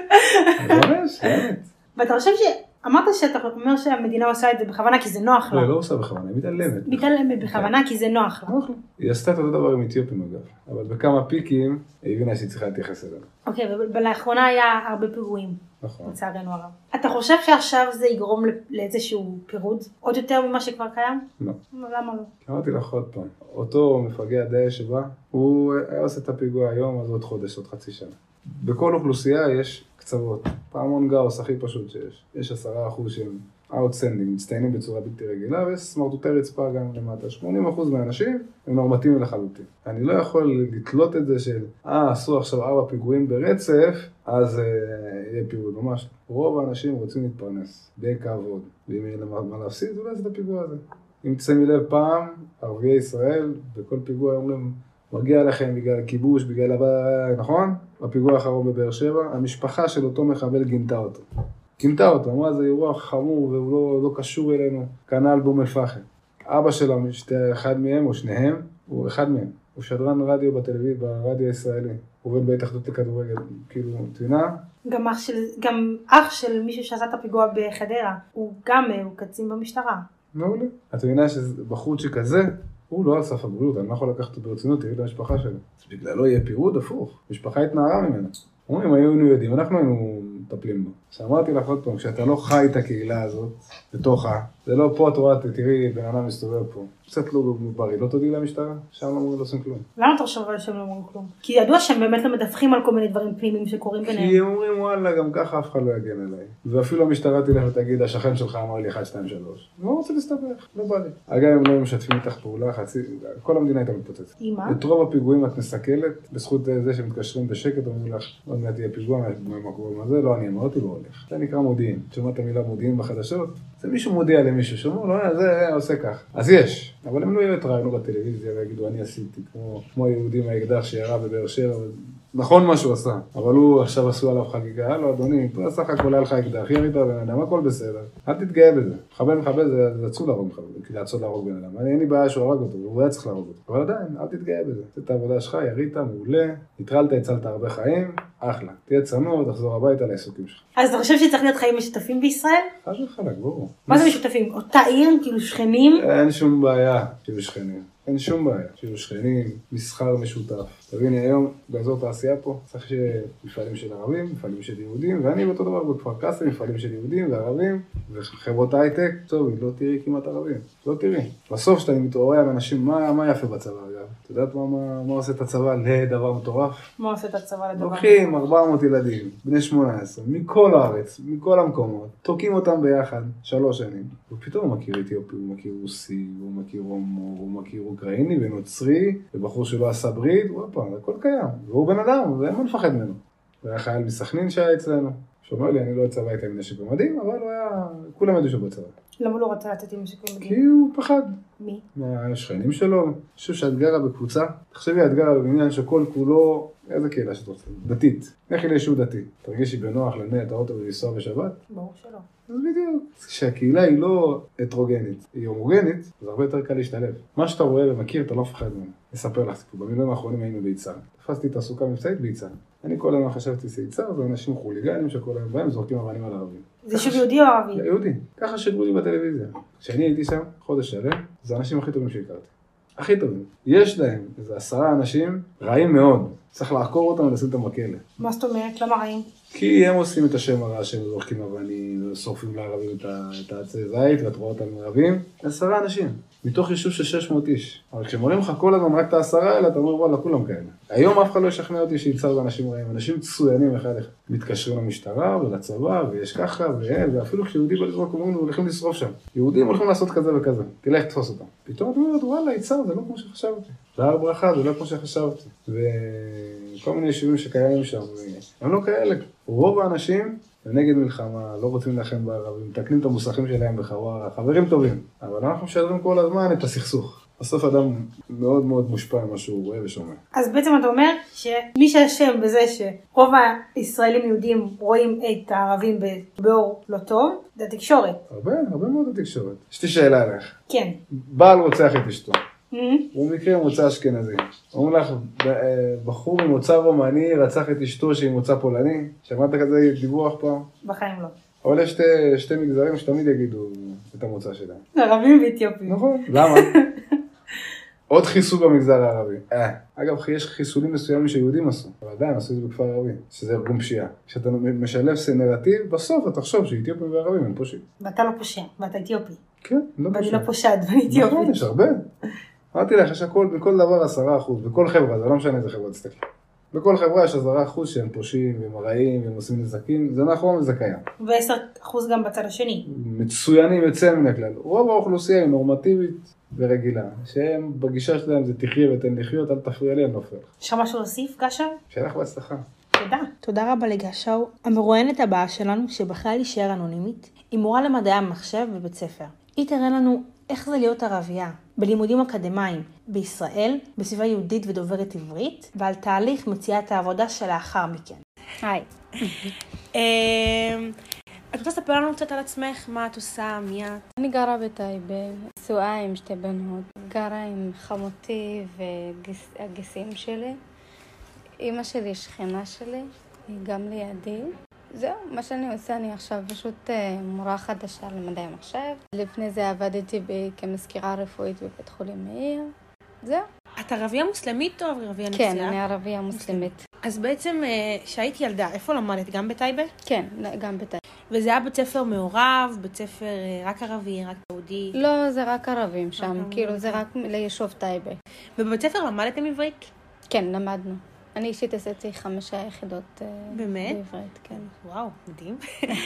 זה ממש, זה האמת. ואתה חושב ש... אמרת שאתה אומר שהמדינה עושה את זה בכוונה כי זה נוח לה. לא, לא עושה בכוונה, היא מתעלמת. מתעלמת בכוונה כי זה נוח לה. נוח לה. היא עשתה את אותו דבר עם אתיופים אגב, אבל בכמה פיקים היא הבינה שהיא צריכה להתייחס אלינו. אוקיי, ולאחרונה היה הרבה פיגועים. נכון. לצערנו הרב. אתה חושב שעכשיו זה יגרום לאיזשהו פירוד? עוד יותר ממה שכבר קיים? לא. למה לא? אמרתי לך עוד פעם, אותו מפגע דאעש שבא, הוא היה עושה את הפיגוע היום, אז עוד חודש, עוד חצי שנה. בכל אוכלוסייה יש קצוות. פעמון גאוס הכי פשוט שיש. יש עשרה אחוז שהם אאוטסטנדינג, מצטיינים בצורה בלתי רגילה, ויש סמרטוטי רצפה גם למטה. שמונים אחוז מהאנשים הם נורמטיביים לחלוטין. אני לא יכול לתלות את זה של, אה, עשו עכשיו ארבע פיגועים ברצף, אז אה, יהיה פיגוע. ממש, רוב האנשים רוצים להתפרנס בכבוד. ואם יהיה להם מה להפסיד, אולי זה את הפיגוע הזה. אם תשמי לב פעם, ערביי ישראל, בכל פיגוע אומרים, מגיע לכם בגלל כיבוש, בגלל הבא, נכון? בפיגוע האחרון בבאר שבע, המשפחה של אותו מחבל גינתה אותו. גינתה אותו, אמרה, זה אירוע חמור והוא לא, לא קשור אלינו, כנ"ל באום אל-פחם. אבא שלו, אחד מהם או שניהם, הוא אחד מהם. הוא שדרן רדיו בטלוויזיה, ברדיו הישראלי. הוא עובד בהתאחדות לכדורגל, כאילו, תבינה? גם אח של, גם אח של מישהו שעשה את הפיגוע בחדרה, הוא גם, הוא קצין במשטרה. מעולה. את מבינה שבחור שכזה, הוא לא על סף הבריאות, אני לא יכול לקחת אותו ברצינות, תראי את המשפחה שלו. אז בגללו יהיה פירוד הפוך, משפחה התנערה ממנה. אומרים, היינו יודעים, אנחנו היינו מטפלים בו. שאמרתי לך עוד פעם, כשאתה לא חי את הקהילה הזאת, בתוכה, זה לא פה, את רואה, תראי, בן אדם מסתובב פה. קצת לא בריא, לא תודיעי למשטרה, שם לא אומרים, לא עושים כלום. למה אתה חושב שהם לא אומרים כלום? כי ידוע שהם באמת לא מדווחים על כל מיני דברים פנימיים שקורים ביניהם. כי הם אומרים, וואלה, גם ככה אף אחד לא יגן עליי. ואפילו המשטרה תלך ותגיד, השכן שלך אמר לי אחת, שתיים, שלוש. לא רוצה להסתבך, לא בא לי. אגב, הם לא משתפים איתך פעולה, חצי, כל המדינה הייתה מתפוצצת. אימא? את רוב הפיגועים את מסכלת, בזכות זה שמתקשרים בשקט, אומרים לך, עוד מעט יהיה פיגוע מהמקום הזה, לא אני אמרתי, לא הולך. זה נקרא מודיעין. שומעת המילה מודיעין בחדשות? זה מישהו מודיע למישהו, שאומר, לא, זה עושה כך. אז יש, אבל הם לא יתראיינו בטלוויזיה ויגידו, אני עשיתי, כמו, כמו היהודים האקדח שירה בבאר שבע, נכון מה שהוא עשה, אבל הוא עכשיו עשו עליו חגיגה, לא אדוני, פה סך הכל היה לך אקדח, ירית בן אדם, הכל בסדר, אל תתגאה בזה. מחבל מחבל זה עצוב להרוג מחבל, כדי לעצות להרוג בן אדם, אין לי בעיה שהוא הרג אותו, הוא היה צריך להרוג אותו, אבל עדיין, אל תתגאה בזה. זאת העבודה שלך, ירית, מעולה, התרלת, הצלת הרבה חיים, אחלה. תהיה צנוע, תחזור הביתה לעיסוקים שלך. אז אתה חושב שצריך להיות חיים משותפים בישראל? חד וחלק, ברור. מה זה משותפים? אותה עיר, כאילו שכנים? אין שום בעיה שיהיו שכנים. אין שום בעיה, שיהיו שכנים, מסחר משותף. תביני, היום באזור תעשייה פה צריך שיהיה מפעלים של ערבים, מפעלים של יהודים, ואני באותו דבר בכפר קאסם, מפעלים של יהודים וערבים, וחברות הייטק, טוב, לא תראי כמעט ערבים, לא תראי. בסוף שאתה מתעורר עם אנשים, מה, מה יפה בצבא אגב? את יודעת מה, מה, מה עושה את הצבא לדבר מטורף? מה עושה את הצבא לדבר? לוקחים ארבע מאות ילדים, בני שמונה עשרה, מכל הארץ, מכל המקומות, תוקים אותם ביחד שלוש שנים, ופתאום הוא מכיר אתיופי, הוא מכיר רוסי, הוא מכיר הומו, הוא מכיר אוקראיני ונוצרי, ובחור שלא עשה ברית, וואפה, הכל קיים, והוא בן אדם, ואין מה לפחד ממנו. הוא היה חייל מסכנין שהיה אצלנו, שאומר לי, אני לא אצבא איתה עם נשק במדים, אבל הוא היה, כולם ידעו שהוא בצבא. למה לא רצה לצאת עם נשק במדים? כי הוא פחד. מי? מהשכנים שלו. אני חושב שאת גרה בקבוצה, תחשבי, את גרה בבניין שכל כולו, איזה קהילה שאת רוצה? דתית. איך היא לישוב דתי? תרגישי בנוח לנהל את האוטו ולנסוע בשבת? ברור שלא. אז בדיוק. כשהקהילה היא לא הטרוגנית, היא הומוגנית, אז הרבה יותר קל להשתלב. מה שאתה רואה ומכיר, אתה לא מפחד ממנו. אספר לך סיפור. במילואים האחרונים היינו ביצהר. תפסתי תעסוקה מבצעית ביצהר. אני כל הזמן חשבתי שיצהר, זה אנשים חוליגנים שכל היום בהם זורקים אבנים על ערבים. זה יישוב יהודי או ערבי? יהודי. ככה שידרו לי בטלוויזיה. כשאני הייתי שם, חודש שלם, זה האנשים הכי טובים שהכרתי. הכי טובים. יש להם איזה עשרה אנשים רעים מאוד. צריך לעקור אותם ולשים אותם בכלא. מה זאת אומרת? למה רעים? כי הם עושים את השם הרע שהם זורקים אבנים, ושורפים לערבים את העצי זית, ואת רואה אותם ערבים. עשרה אנשים. מתוך יישוב של שש מאות איש. אבל כשמראים לך כל הזמן רק את העשרה האלה, אתה אומר, וואלה, כולם כאלה. היום אף אחד לא ישכנע אותי שיצר באנשים רעים. אנשים מצוינים אחד אחד. מתקשרים למשטרה ולצבא, ויש ככה, והם, ואפילו כשיהודי בא לזרוק, אומרים, הולכים לשרוף שם. יהודים הולכים לעשות כזה וכזה. תלך תפוס אותם. פתאום אתה אומר, וואלה, יצר, זה לא כמו שחשבתי. זה הר ברכה, זה לא כמו שחשבתי. וכל מיני יישובים שקיימים שם, הם לא כאלה. רוב האנשים נגד מלחמה, לא רוצים להילחם בערבים, מתקנים את המוסכים שלהם בחווארה, חברים טובים. אבל אנחנו משדרים כל הזמן את הסכסוך. בסוף אדם מאוד מאוד מושפע ממה שהוא רואה ושומע. אז בעצם אתה אומר שמי שאשם בזה שרוב הישראלים יהודים רואים את הערבים באור לא טוב, זה התקשורת. הרבה, הרבה מאוד התקשורת. יש לי שאלה עליך. כן. בעל רוצח את אשתו. הוא מקרה ממוצא אשכנזי. אומרים לך, בחור ממוצא רומני רצח את אשתו שהיא ממוצא פולני. שמעת כזה דיווח פעם? בחיים לא. אבל יש שתי, שתי מגזרים שתמיד יגידו את המוצא שלהם. ערבים ואתיופים. נכון. למה? עוד חיסול במגזר הערבי. אה. אגב, יש חיסולים מסוימים שיהודים עשו, אבל עדיין עשו את זה בכפר ערבי, שזה ארגון פשיעה. כשאתה משלב נרטיב, בסוף אתה תחשוב שאתיופים וערבים הם פושעים. ואתה לא פושע, ואתה אתיופי. כן, לא פושע. ואני לא פושעת, ואני אתיופי. נכון, יש הרבה. אמרתי לך, יש הכל, בכל דבר עשרה אחוז, בכל חברה, זה לא משנה איזה חברה תסתכל. בכל חברה יש עשרה אחוז שהם פושעים, והם רעים, והם עושים נזקים, זה נכון וזה קיים. ועשר אחוז גם בצד השני. מצוינים יוצא מן הכלל. רוב האוכלוסייה היא נורמטיבית ורגילה, שהם בגישה שלהם זה תחיה ותן לחיות, אל תפריע לי, אני לא פריע. יש לך משהו להוסיף, גשר? שאלה לך בהצלחה. תודה. תודה רבה לגשר. המרואיינת הבאה שלנו, שבחרה להישאר אנונימית, היא מורה למדעי המחשב בבית ספר. היא תראה לנו איך זה להיות ערבייה בלימודים אקדמיים בישראל, בסביבה יהודית ודוברת עברית, ועל תהליך מציאת העבודה שלאחר מכן. היי. את רוצה לספר לנו קצת על עצמך? מה את עושה? מי את? אני גרה בטייבה, נשואה עם שתי בנות, גרה עם חמותי והגיסים שלי. אמא שלי שכנה שלי, היא גם לידי. זהו, מה שאני עושה, אני עכשיו פשוט מורה חדשה למדעי המחשב. לפני זה עבדתי כמזכירה רפואית בבית חולים מאיר. זהו. את ערבייה מוסלמית או ערבייה נוצריה? כן, אני ערבייה מוסלמית. אז בעצם, שהיית ילדה, איפה למדת? גם בטייבה? כן, גם בטייבה. וזה היה בית ספר מעורב, בית ספר רק ערבי, רק יהודי? לא, זה רק ערבים שם, כאילו זה רק ליישוב טייבה. ובבית ספר למדתם עברית? כן, למדנו. אני אישית עשיתי חמש יחידות באמת? בעברית, כן. וואו, מדהים.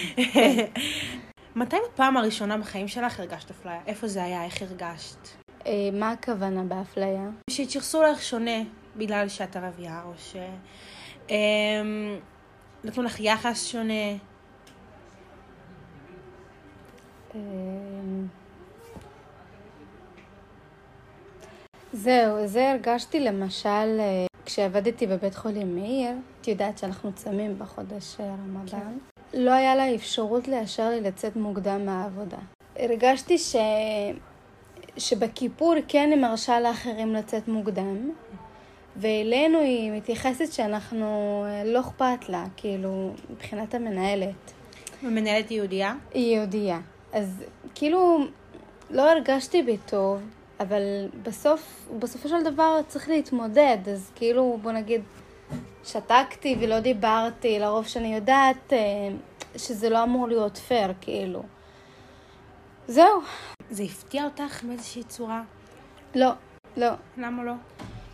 מתי בפעם הראשונה בחיים שלך הרגשת אפליה? איפה זה היה? איך הרגשת? מה הכוונה באפליה? שהתייחסו לך שונה בגלל שאת ערבייה, או ש... נתנו לך יחס שונה? זהו, זה הרגשתי למשל כשעבדתי בבית חולים מאיר, את יודעת שאנחנו צמים בחודש רמדאן, לא היה לה אפשרות לאשר לי לצאת מוקדם מהעבודה. הרגשתי ש... שבכיפור כן היא מרשה לאחרים לצאת מוקדם, ואלינו היא מתייחסת שאנחנו לא אכפת לה, כאילו, מבחינת המנהלת. ומנהלת יהודייה? היא יהודייה. אז כאילו לא הרגשתי בטוב, אבל בסוף, בסופו של דבר צריך להתמודד, אז כאילו בוא נגיד שתקתי ולא דיברתי, לרוב שאני יודעת שזה לא אמור להיות פייר, כאילו. זהו. זה הפתיע אותך באיזושהי צורה? לא, לא. למה לא?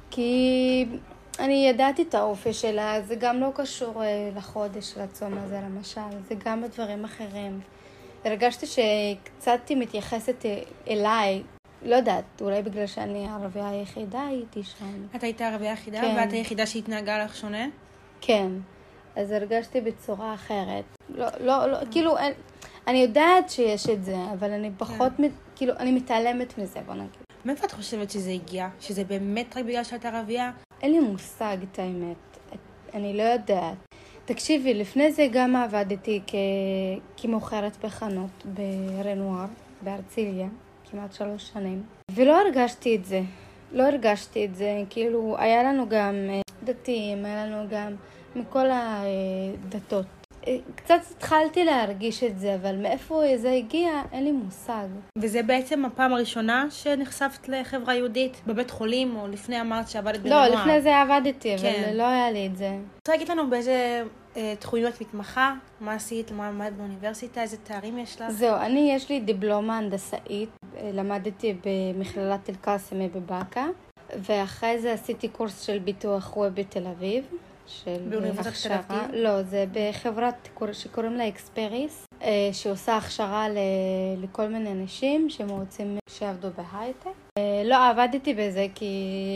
כי אני ידעתי את האופי שלה, זה גם לא קשור לחודש של הצום הזה למשל, זה גם בדברים אחרים. הרגשתי שקצת היא מתייחסת אליי, לא יודעת, אולי בגלל שאני הערבייה היחידה הייתי שם. את היית הערבייה היחידה? כן. ואת היחידה שהתנהגה לך שונה? כן, אז הרגשתי בצורה אחרת. לא, לא, לא, כאילו, אני, אני יודעת שיש את זה, אבל אני פחות, כן. כאילו, אני מתעלמת מזה, בוא נגיד. מאיפה את חושבת שזה הגיע? שזה באמת רק בגלל שאת ערבייה? אין לי מושג את האמת, אני לא יודעת. תקשיבי, לפני זה גם עבדתי כ... כמוכרת בחנות ברנואר, בהרצליה, כמעט שלוש שנים. ולא הרגשתי את זה, לא הרגשתי את זה, כאילו היה לנו גם דתיים, היה לנו גם מכל הדתות. קצת התחלתי להרגיש את זה, אבל מאיפה זה הגיע, אין לי מושג. וזה בעצם הפעם הראשונה שנחשפת לחברה יהודית בבית חולים, או לפני אמרת שעבדת בנוער? לא, לפני זה עבדתי, כן. אבל לא היה לי את זה. רוצה להגיד לנו באיזה אה, תחומים את מתמחה? מה עשית? מה למדת באוניברסיטה? איזה תארים יש לך? זהו, אני יש לי דיפלומה הנדסאית, למדתי במכללת אל-קאסם בבאקה, ואחרי זה עשיתי קורס של ביטוח ווב בתל אביב. באוניברסיטת תל אביב? לא, זה בחברת שקוראים לה אקספריס, שעושה הכשרה לכל מיני אנשים שהם רוצים שיעבדו בהייטק. לא עבדתי בזה כי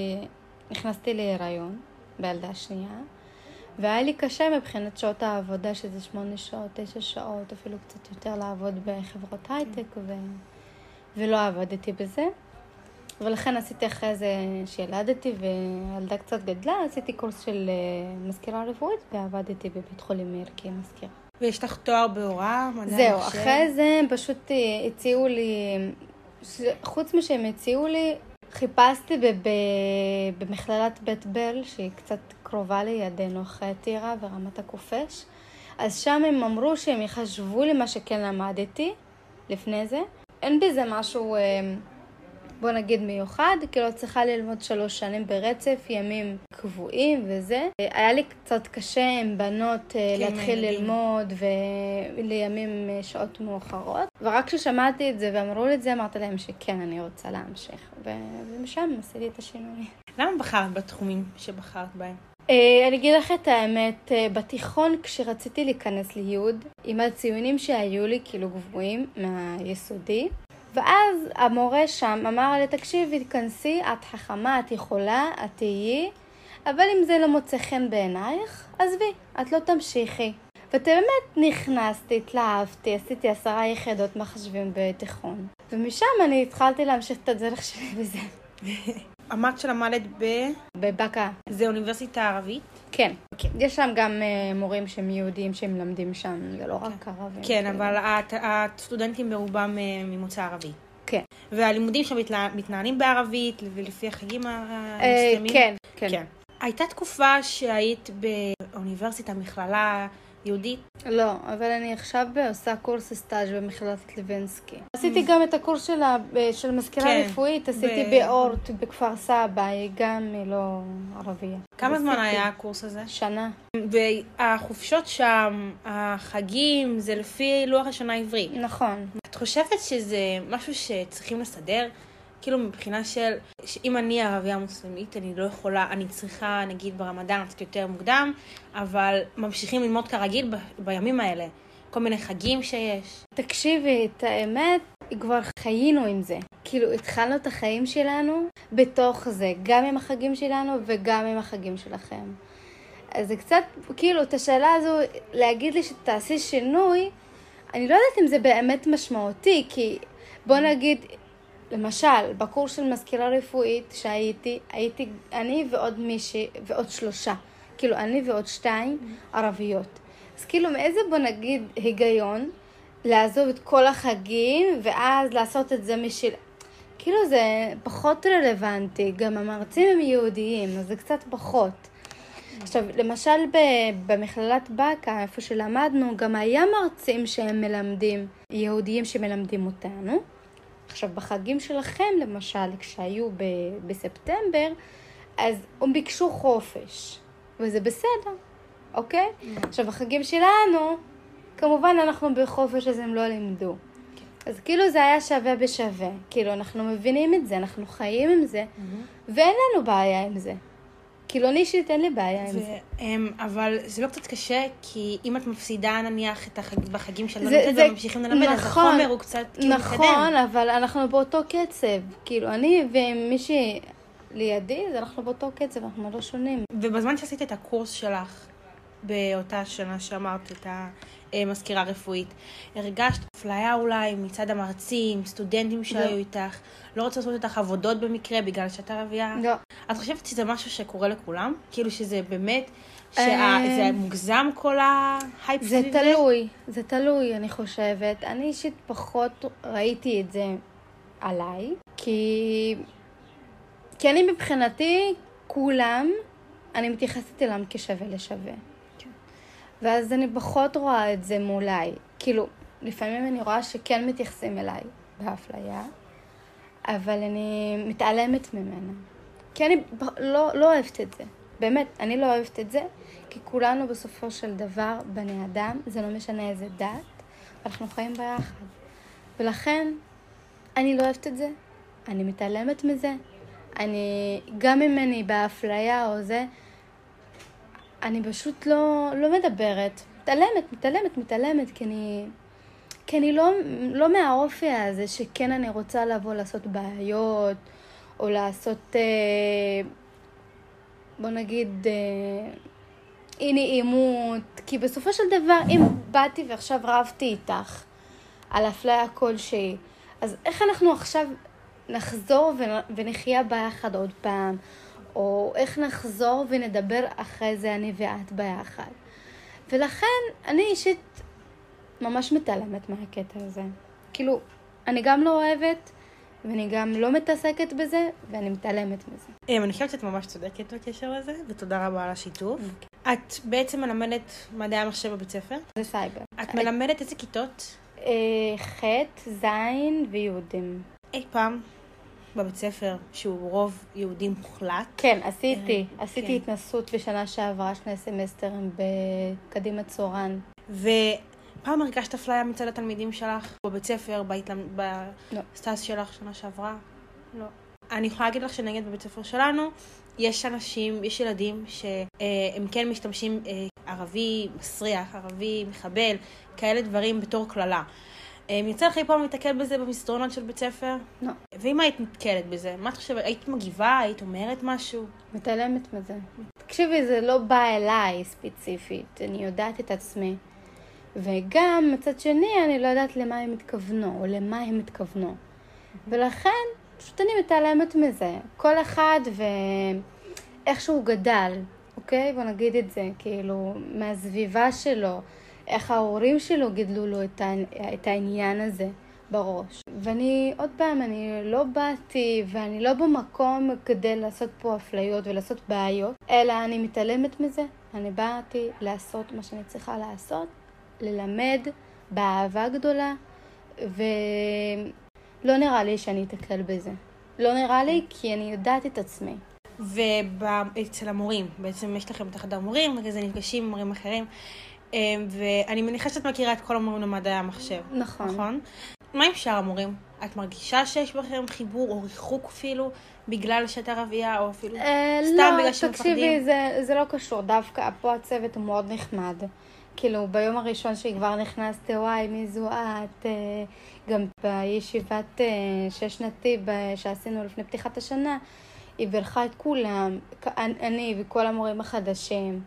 נכנסתי להיריון בילדה השנייה, והיה לי קשה מבחינת שעות העבודה, שזה שמונה שעות, תשע שעות, אפילו קצת יותר לעבוד בחברות הייטק, ו... ולא עבדתי בזה. ולכן עשיתי אחרי זה שילדתי והילדה קצת גדלה, עשיתי קורס של מזכירה רפואית ועבדתי בבית חולים מאיר כמזכירה. ויש לך תואר בהוראה? זהו, אחרי זה הם פשוט הציעו לי, חוץ משהם הציעו לי, חיפשתי במכללת בית בל, שהיא קצת קרובה לידינו, אחרי טירה ורמת הקופש. אז שם הם אמרו שהם יחשבו לי מה שכן למדתי לפני זה. אין בזה משהו... בוא נגיד מיוחד, כאילו צריכה ללמוד שלוש שנים ברצף, ימים קבועים וזה. היה לי קצת קשה עם בנות כן, להתחיל מילדים. ללמוד ולימים שעות מאוחרות. ורק כששמעתי את זה ואמרו לי את זה, אמרתי להם שכן, אני רוצה להמשיך. ומשם עשיתי את השינוי. למה בחרת בתחומים שבחרת בהם? אני אגיד לך את האמת, בתיכון כשרציתי להיכנס ליוד, עם הציונים שהיו לי כאילו גבוהים מהיסודי, ואז המורה שם אמר לי, תקשיבי, תכנסי, את חכמה, את יכולה, את תהיי, אבל אם זה לא מוצא חן בעינייך, עזבי, את לא תמשיכי. ובאמת נכנסתי, התלהבתי, עשיתי עשרה יחידות מחשבים בתיכון. ומשם אני התחלתי להמשיך את הדרך שלי בזה. אמרת שלמדת ב... בבאקה. זה אוניברסיטה ערבית? כן. Okay. יש שם גם uh, מורים שהם יהודים שהם למדים שם, זה לא okay. רק ערבים. כן, אבל הסטודנטים ברובם ממוצא ערבי. כן. והלימודים שם מתנהלים בערבית, ולפי החגים המוסלמים? כן, כן. כן. הייתה תקופה שהיית באוניברסיטה, מכללה, יהודית? לא, אבל אני עכשיו עושה קורס סטאז' במכללת לוינסקי. עשיתי גם את הקורס של מזכירה רפואית, עשיתי באורט, בכפר סבא, היא גם לא ערבייה. כמה זמן היה הקורס הזה? שנה. והחופשות שם, החגים, זה לפי לוח השנה העברי. נכון. את חושבת שזה משהו שצריכים לסדר? כאילו מבחינה של, שאם אני ערבייה מוסלמית, אני לא יכולה, אני צריכה, נגיד ברמדאן קצת יותר מוקדם, אבל ממשיכים ללמוד כרגיל ב, בימים האלה. כל מיני חגים שיש. תקשיבי, את האמת, כבר חיינו עם זה. כאילו, התחלנו את החיים שלנו בתוך זה, גם עם החגים שלנו וגם עם החגים שלכם. אז זה קצת, כאילו, את השאלה הזו, להגיד לי שתעשי שינוי, אני לא יודעת אם זה באמת משמעותי, כי בוא נגיד, למשל, בקורס של מזכירה רפואית שהייתי, הייתי אני ועוד מישהי, ועוד שלושה. כאילו, אני ועוד שתיים ערביות. אז כאילו, מאיזה בוא נגיד היגיון, לעזוב את כל החגים, ואז לעשות את זה משל... כאילו, זה פחות רלוונטי. גם המרצים הם יהודיים, אז זה קצת פחות. עכשיו, למשל, במכללת בקה, איפה שלמדנו, גם היה מרצים שהם מלמדים, יהודיים שמלמדים אותנו. עכשיו, בחגים שלכם, למשל, כשהיו ב- בספטמבר, אז הם ביקשו חופש, וזה בסדר, אוקיי? Mm-hmm. עכשיו, בחגים שלנו, כמובן אנחנו בחופש, אז הם לא לימדו. Okay. אז כאילו זה היה שווה בשווה. כאילו, אנחנו מבינים את זה, אנחנו חיים עם זה, mm-hmm. ואין לנו בעיה עם זה. כאילו, אני אישית אין לי בעיה עם זה. אבל זה לא קצת קשה, כי אם את מפסידה נניח את החגים בחגים של לא נותנת, וממשיכים ללמד, אז החומר הוא קצת כאילו מתקדם. נכון, אבל אנחנו באותו קצב. כאילו, אני ומישהי לידי, אז אנחנו באותו קצב, אנחנו לא שונים. ובזמן שעשית את הקורס שלך, באותה שנה שאמרת את המזכירה הרפואית, הרגשת אפליה אולי מצד המרצים, סטודנטים שהיו איתך, לא רוצה לעשות איתך עבודות במקרה בגלל שאת ערבייה? לא. את חושבת שזה משהו שקורה לכולם? כאילו שזה באמת, שזה מוגזם כל ההייפ סביב זה? זה תלוי, זה תלוי אני חושבת. אני אישית פחות ראיתי את זה עליי, כי, כי אני מבחינתי כולם, אני מתייחסת אליהם כשווה לשווה. ואז אני פחות רואה את זה מולי. כאילו, לפעמים אני רואה שכן מתייחסים אליי באפליה, אבל אני מתעלמת ממנה. כי אני לא, לא אוהבת את זה. באמת, אני לא אוהבת את זה, כי כולנו בסופו של דבר בני אדם, זה לא משנה איזה דת, אנחנו חיים ביחד. ולכן, אני לא אוהבת את זה, אני מתעלמת מזה, אני, גם אם אני באפליה או זה, אני פשוט לא, לא מדברת, מתעלמת, מתעלמת, מתעלמת, כי אני, כי אני לא, לא מהאופי הזה שכן אני רוצה לבוא לעשות בעיות, או לעשות, בוא נגיד, אי נעימות, כי בסופו של דבר, אם באתי ועכשיו רבתי איתך על אפליה כלשהי, אז איך אנחנו עכשיו נחזור ונחיה ביחד עוד פעם, או איך נחזור ונדבר אחרי זה אני ואת ביחד. ולכן אני אישית ממש מתעלמת מהקטע הזה. כאילו, אני גם לא אוהבת, ואני גם לא מתעסקת בזה, ואני מתעלמת מזה. אני חושבת שאת ממש צודקת בקשר לזה, ותודה רבה על השיתוף. את בעצם מלמדת מדעי המחשב בבית ספר? זה סייבר. את מלמדת איזה כיתות? ח', ז' ויהודים. אי פעם בבית ספר שהוא רוב יהודי מוחלט? כן, עשיתי. עשיתי התנסות בשנה שעברה, שני סמסטרים בקדימה צורן. ופעם הרגשת אפליה מצד התלמידים שלך בבית ספר, בסטאז' שלך שנה שעברה? לא. אני יכולה להגיד לך שנגיד בבית ספר שלנו, יש אנשים, יש ילדים שהם כן משתמשים ערבי מסריח, ערבי מחבל, כאלה דברים בתור כללה. יצא לך אי פעם להתקל בזה במסדרונות של בית ספר? לא. ואם היית מתקלת בזה, מה את חושבת? היית מגיבה? היית אומרת משהו? מתעלמת מזה. תקשיבי, זה לא בא אליי ספציפית. אני יודעת את עצמי. וגם מצד שני, אני לא יודעת למה הם התכוונו, או למה הם התכוונו. ולכן, פשוט אני מתעלמת מזה. כל אחד ואיך שהוא גדל, אוקיי? בוא נגיד את זה, כאילו, מהסביבה שלו. איך ההורים שלו גידלו לו את העניין הזה בראש. ואני, עוד פעם, אני לא באתי ואני לא במקום כדי לעשות פה אפליות ולעשות בעיות, אלא אני מתעלמת מזה אני באתי לעשות מה שאני צריכה לעשות, ללמד באהבה גדולה, ולא נראה לי שאני אתקל בזה. לא נראה לי כי אני יודעת את עצמי. ואצל המורים, בעצם יש לכם את החדר מורים, וכזה נפגשים עם מורים אחרים, ואני מניחה שאת מכירה את כל המורים למדעי המחשב. נכון. נכון? מה עם שאר המורים? את מרגישה שיש בכם חיבור או ריחוק אפילו, בגלל שאת ערבייה, או אפילו סתם בגלל שמפחדים? לא, תקשיבי, זה, זה לא קשור. דווקא פה הצוות הוא מאוד נחמד. כאילו, ביום הראשון שכבר נכנסתי, וואי, מי זו את? גם בישיבת שש שנתי שעשינו לפני פתיחת השנה, היא ברכה את כולם, אני וכל המורים החדשים.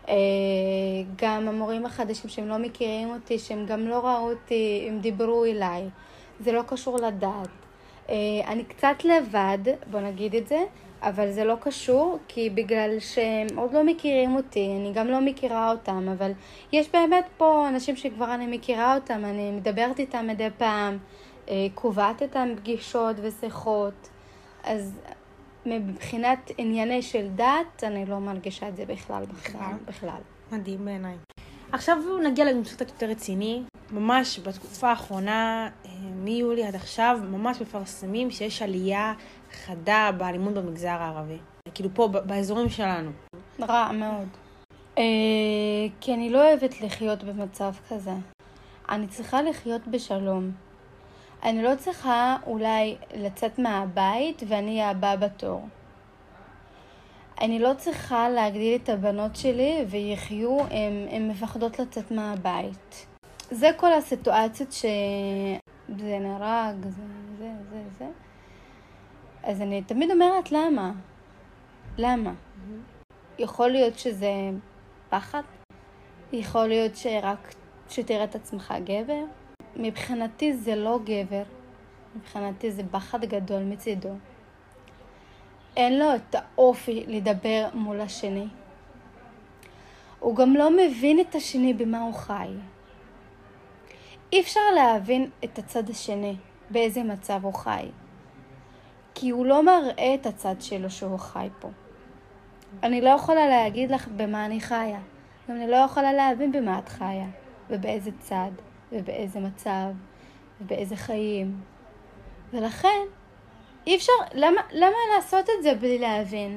גם המורים החדשים שהם לא מכירים אותי, שהם גם לא ראו אותי, הם דיברו אליי. זה לא קשור לדעת. אני קצת לבד, בוא נגיד את זה, אבל זה לא קשור, כי בגלל שהם עוד לא מכירים אותי, אני גם לא מכירה אותם, אבל יש באמת פה אנשים שכבר אני מכירה אותם, אני מדברת איתם מדי פעם, קובעת איתם פגישות ושיחות, אז מבחינת ענייני של דת, אני לא מרגישה את זה בכלל, בכלל, בכלל. מדהים בעיניי. עכשיו נגיע לנושא קצת יותר רציני. ממש בתקופה האחרונה, מיולי עד עכשיו, ממש מפרסמים שיש עלייה חדה באלימות במגזר הערבי. כאילו פה, באזורים שלנו. רע מאוד. כי אני לא אוהבת לחיות במצב כזה. אני צריכה לחיות בשלום. אני לא צריכה אולי לצאת מהבית ואני הבאה בתור. אני לא צריכה להגדיל את הבנות שלי ויחיו, הן מפחדות לצאת מהבית. זה כל הסיטואציות שזה נראה, זה, זה, זה, זה. אז אני תמיד אומרת למה? למה? Mm-hmm. יכול להיות שזה פחד? יכול להיות שרק שתראה את עצמך גבר? מבחינתי זה לא גבר. מבחינתי זה פחד גדול מצידו. אין לו את האופי לדבר מול השני. הוא גם לא מבין את השני במה הוא חי. אי אפשר להבין את הצד השני, באיזה מצב הוא חי. כי הוא לא מראה את הצד שלו שהוא חי פה. אני לא יכולה להגיד לך במה אני חיה. גם אני לא יכולה להבין במה את חיה. ובאיזה צד, ובאיזה מצב, ובאיזה חיים. ולכן, אי אפשר, למה, למה לעשות את זה בלי להבין?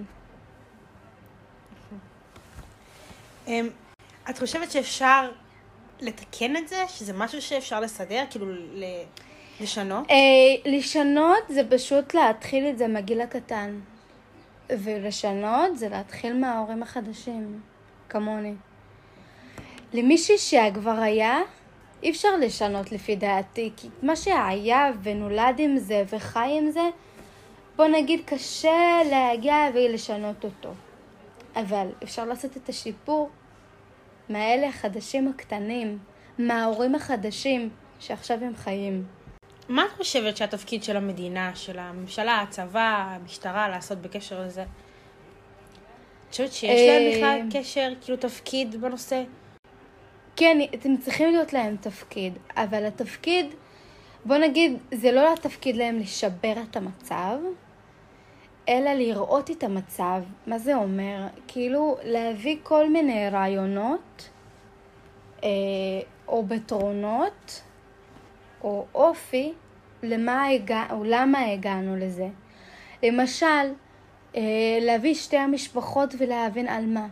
את חושבת שאפשר לתקן את זה? שזה משהו שאפשר לסדר? כאילו לשנות? לשנות זה פשוט להתחיל את זה מגיל הקטן. ולשנות זה להתחיל מההורים החדשים, כמוני. למישהי שכבר היה, אי אפשר לשנות לפי דעתי, כי מה שהיה ונולד עם זה וחי עם זה, בוא נגיד קשה להגיע ולשנות אותו. אבל אפשר לעשות את השיפור מהאלה החדשים הקטנים, מההורים החדשים שעכשיו הם חיים. מה את חושבת שהתפקיד של המדינה, של הממשלה, הצבא, המשטרה, לעשות בקשר לזה? את חושבת שיש להם בכלל קשר, כאילו תפקיד בנושא? כן, אתם צריכים להיות להם תפקיד, אבל התפקיד, בוא נגיד, זה לא התפקיד להם לשבר את המצב, אלא לראות את המצב. מה זה אומר? כאילו להביא כל מיני רעיונות, אה, או פתרונות, או אופי, למה הגע, או למה הגענו לזה. למשל, אה, להביא שתי המשפחות ולהבין על מה.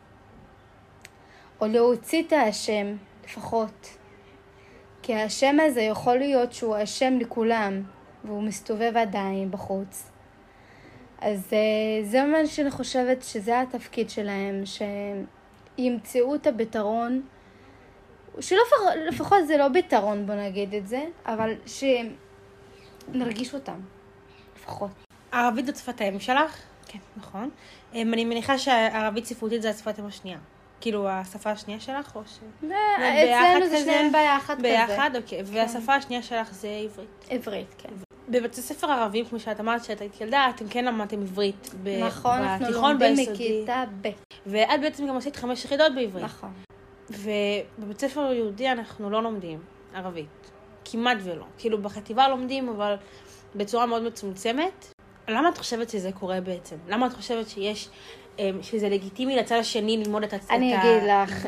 או להוציא את השם, לפחות. כי השם הזה יכול להיות שהוא השם לכולם, והוא מסתובב עדיין בחוץ. אז זה מה שאני חושבת שזה התפקיד שלהם, שימצאו את הפתרון, שלפחות זה לא פתרון, בוא נגיד את זה, אבל שנרגיש אותם, לפחות. ערבית זאת שפת האם שלך? כן. נכון. אני מניחה שהערבית ספרותית זה השפת האם השנייה. כאילו השפה השנייה שלך או ש... אצלנו זה שניהם ביחד כזה. ביחד, אוקיי. והשפה השנייה שלך זה עברית. עברית, כן. בבתי ספר ערבים, כמו שאת אמרת שאת היית ילדה, אתם כן למדתם עברית. נכון, אנחנו לומדים מכיתה ב'. ואת בעצם גם עשית חמש יחידות בעברית. נכון. ובבית ספר יהודי אנחנו לא לומדים ערבית. כמעט ולא. כאילו בחטיבה לומדים, אבל בצורה מאוד מצומצמת. למה את חושבת שזה קורה בעצם? למה את חושבת שיש שזה לגיטימי לצד השני ללמוד את העברית? אני אגיד לך,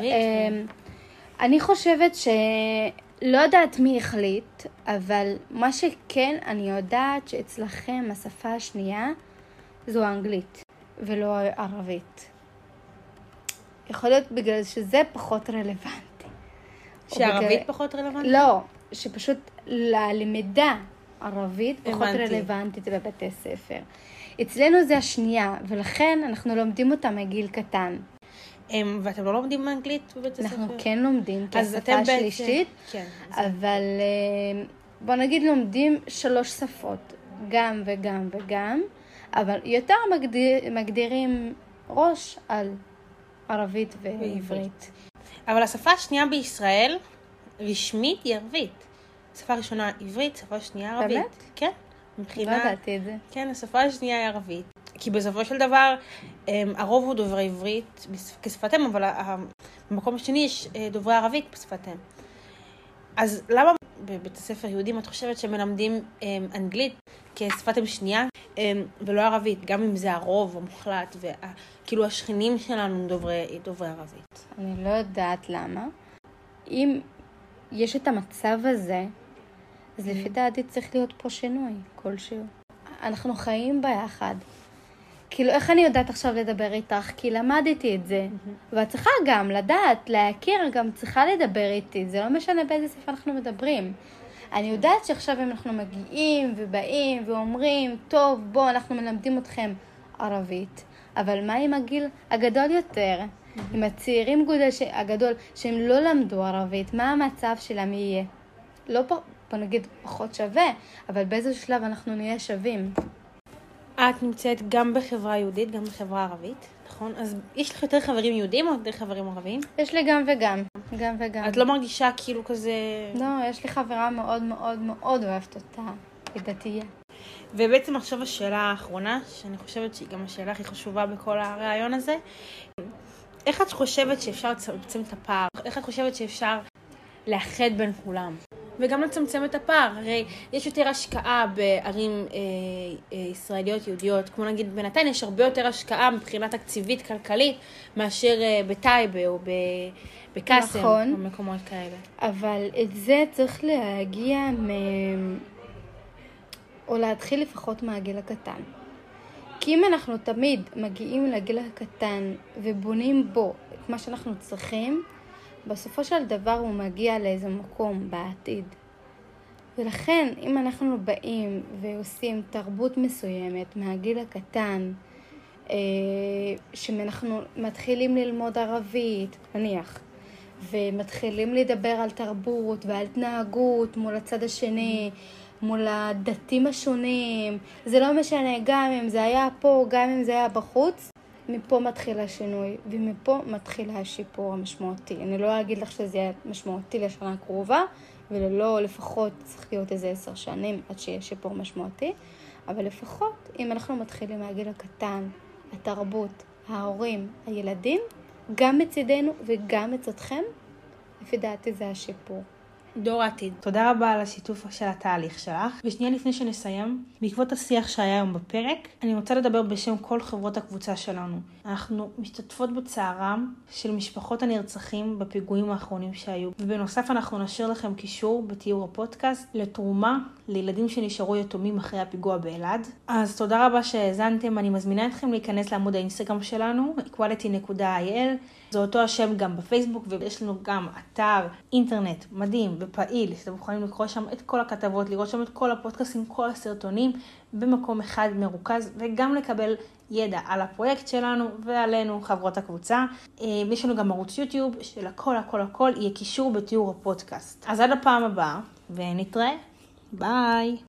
אני חושבת שלא יודעת מי החליט, אבל מה שכן אני יודעת שאצלכם השפה השנייה זו אנגלית ולא ערבית. יכול להיות בגלל שזה פחות רלוונטי. שערבית בגלל... פחות רלוונטי? לא, שפשוט ללמידה ערבית פחות רלוונטית בבתי ספר. אצלנו זה השנייה, ולכן אנחנו לומדים אותה מגיל קטן. ואתם לא לומדים אנגלית בבית הספר? אנחנו כן לומדים, כשפה השלישית, אבל בוא נגיד לומדים שלוש שפות, גם וגם וגם, אבל יותר מגדירים ראש על ערבית ועברית. אבל השפה השנייה בישראל, רשמית, היא ערבית. שפה ראשונה עברית, שפה שנייה ערבית. באמת? כן. מבחינה... לא ידעתי את זה. כן, השפה השנייה היא ערבית. כי בסופו של דבר, הרוב הוא דוברי עברית כשפתם, אבל במקום השני יש דוברי ערבית בשפתם. אז למה בבית הספר יהודים את חושבת שמלמדים אנגלית כשפתם שנייה ולא ערבית, גם אם זה הרוב המוחלט, וכאילו השכנים שלנו דוברי, דוברי ערבית? אני לא יודעת למה. אם יש את המצב הזה, אז לפי דעתי צריך להיות פה שינוי כלשהו. אנחנו חיים ביחד. כאילו, איך אני יודעת עכשיו לדבר איתך? כי למדתי את זה. ואת צריכה גם לדעת, להכיר, גם צריכה לדבר איתי. זה לא משנה באיזה שפה אנחנו מדברים. אני יודעת שעכשיו אם אנחנו מגיעים ובאים ואומרים, טוב, בוא, אנחנו מלמדים אתכם ערבית. אבל מה עם הגיל הגדול יותר? עם הצעירים הגדול שהם לא למדו ערבית, מה המצב שלהם יהיה? לא פה, בוא נגיד פחות שווה, אבל באיזה שלב אנחנו נהיה שווים. את נמצאת גם בחברה יהודית, גם בחברה ערבית, נכון? אז יש לך יותר חברים יהודים או יותר חברים ערבים? יש לי גם וגם, גם וגם. את לא מרגישה כאילו כזה... לא, יש לי חברה מאוד מאוד מאוד אוהבת אותה, היא דתייה. ובעצם עכשיו השאלה האחרונה, שאני חושבת שהיא גם השאלה הכי חשובה בכל הרעיון הזה, איך את חושבת שאפשר לצמצם את הפער? איך את חושבת שאפשר לאחד בין כולם? וגם לצמצם את הפער. הרי יש יותר השקעה בערים אה, אה, ישראליות, יהודיות, כמו נגיד בנתניה, יש הרבה יותר השקעה מבחינה תקציבית, כלכלית, מאשר אה, בטייבה או בקאסם, נכון. במקומות כאלה. אבל את זה צריך להגיע מ... או להתחיל לפחות מהגיל הקטן. כי אם אנחנו תמיד מגיעים לגיל הקטן ובונים בו את מה שאנחנו צריכים, בסופו של דבר הוא מגיע לאיזה מקום בעתיד. ולכן, אם אנחנו באים ועושים תרבות מסוימת מהגיל הקטן, שאנחנו מתחילים ללמוד ערבית, נניח, ומתחילים לדבר על תרבות ועל תנהגות מול הצד השני, מול הדתים השונים, זה לא משנה, גם אם זה היה פה, גם אם זה היה בחוץ, מפה מתחיל השינוי, ומפה מתחיל השיפור המשמעותי. אני לא אגיד לך שזה יהיה משמעותי לשנה הקרובה, ולא לפחות צריך להיות איזה עשר שנים עד שיהיה שיפור משמעותי, אבל לפחות אם אנחנו מתחילים מהגיל הקטן, התרבות, ההורים, הילדים, גם מצידנו וגם מצדכם, לפי דעתי זה השיפור. דור העתיד. תודה רבה על השיתוף של התהליך שלך. ושנייה לפני שנסיים, בעקבות השיח שהיה היום בפרק, אני רוצה לדבר בשם כל חברות הקבוצה שלנו. אנחנו משתתפות בצערם של משפחות הנרצחים בפיגועים האחרונים שהיו. ובנוסף אנחנו נשאיר לכם קישור בתיאור הפודקאסט לתרומה לילדים שנשארו יתומים אחרי הפיגוע באלעד. אז תודה רבה שהאזנתם. אני מזמינה אתכם להיכנס לעמוד האינסטגרם שלנו, equality דוט איי אל. זה אותו השם גם בפייסבוק, ויש לנו גם אתר אינטרנט מדהים ופעיל, שאתם יכולים לקרוא שם את כל הכתבות, לראות שם את כל הפודקאסטים, כל הסרטונים, במקום אחד מרוכז, וגם לקבל ידע על הפרויקט שלנו ועלינו, חברות הקבוצה. יש לנו גם ערוץ יוטיוב של הכל הכל הכל, יהיה קישור בתיאור הפודקאסט. אז עד הפעם הבאה, ונתראה. ביי.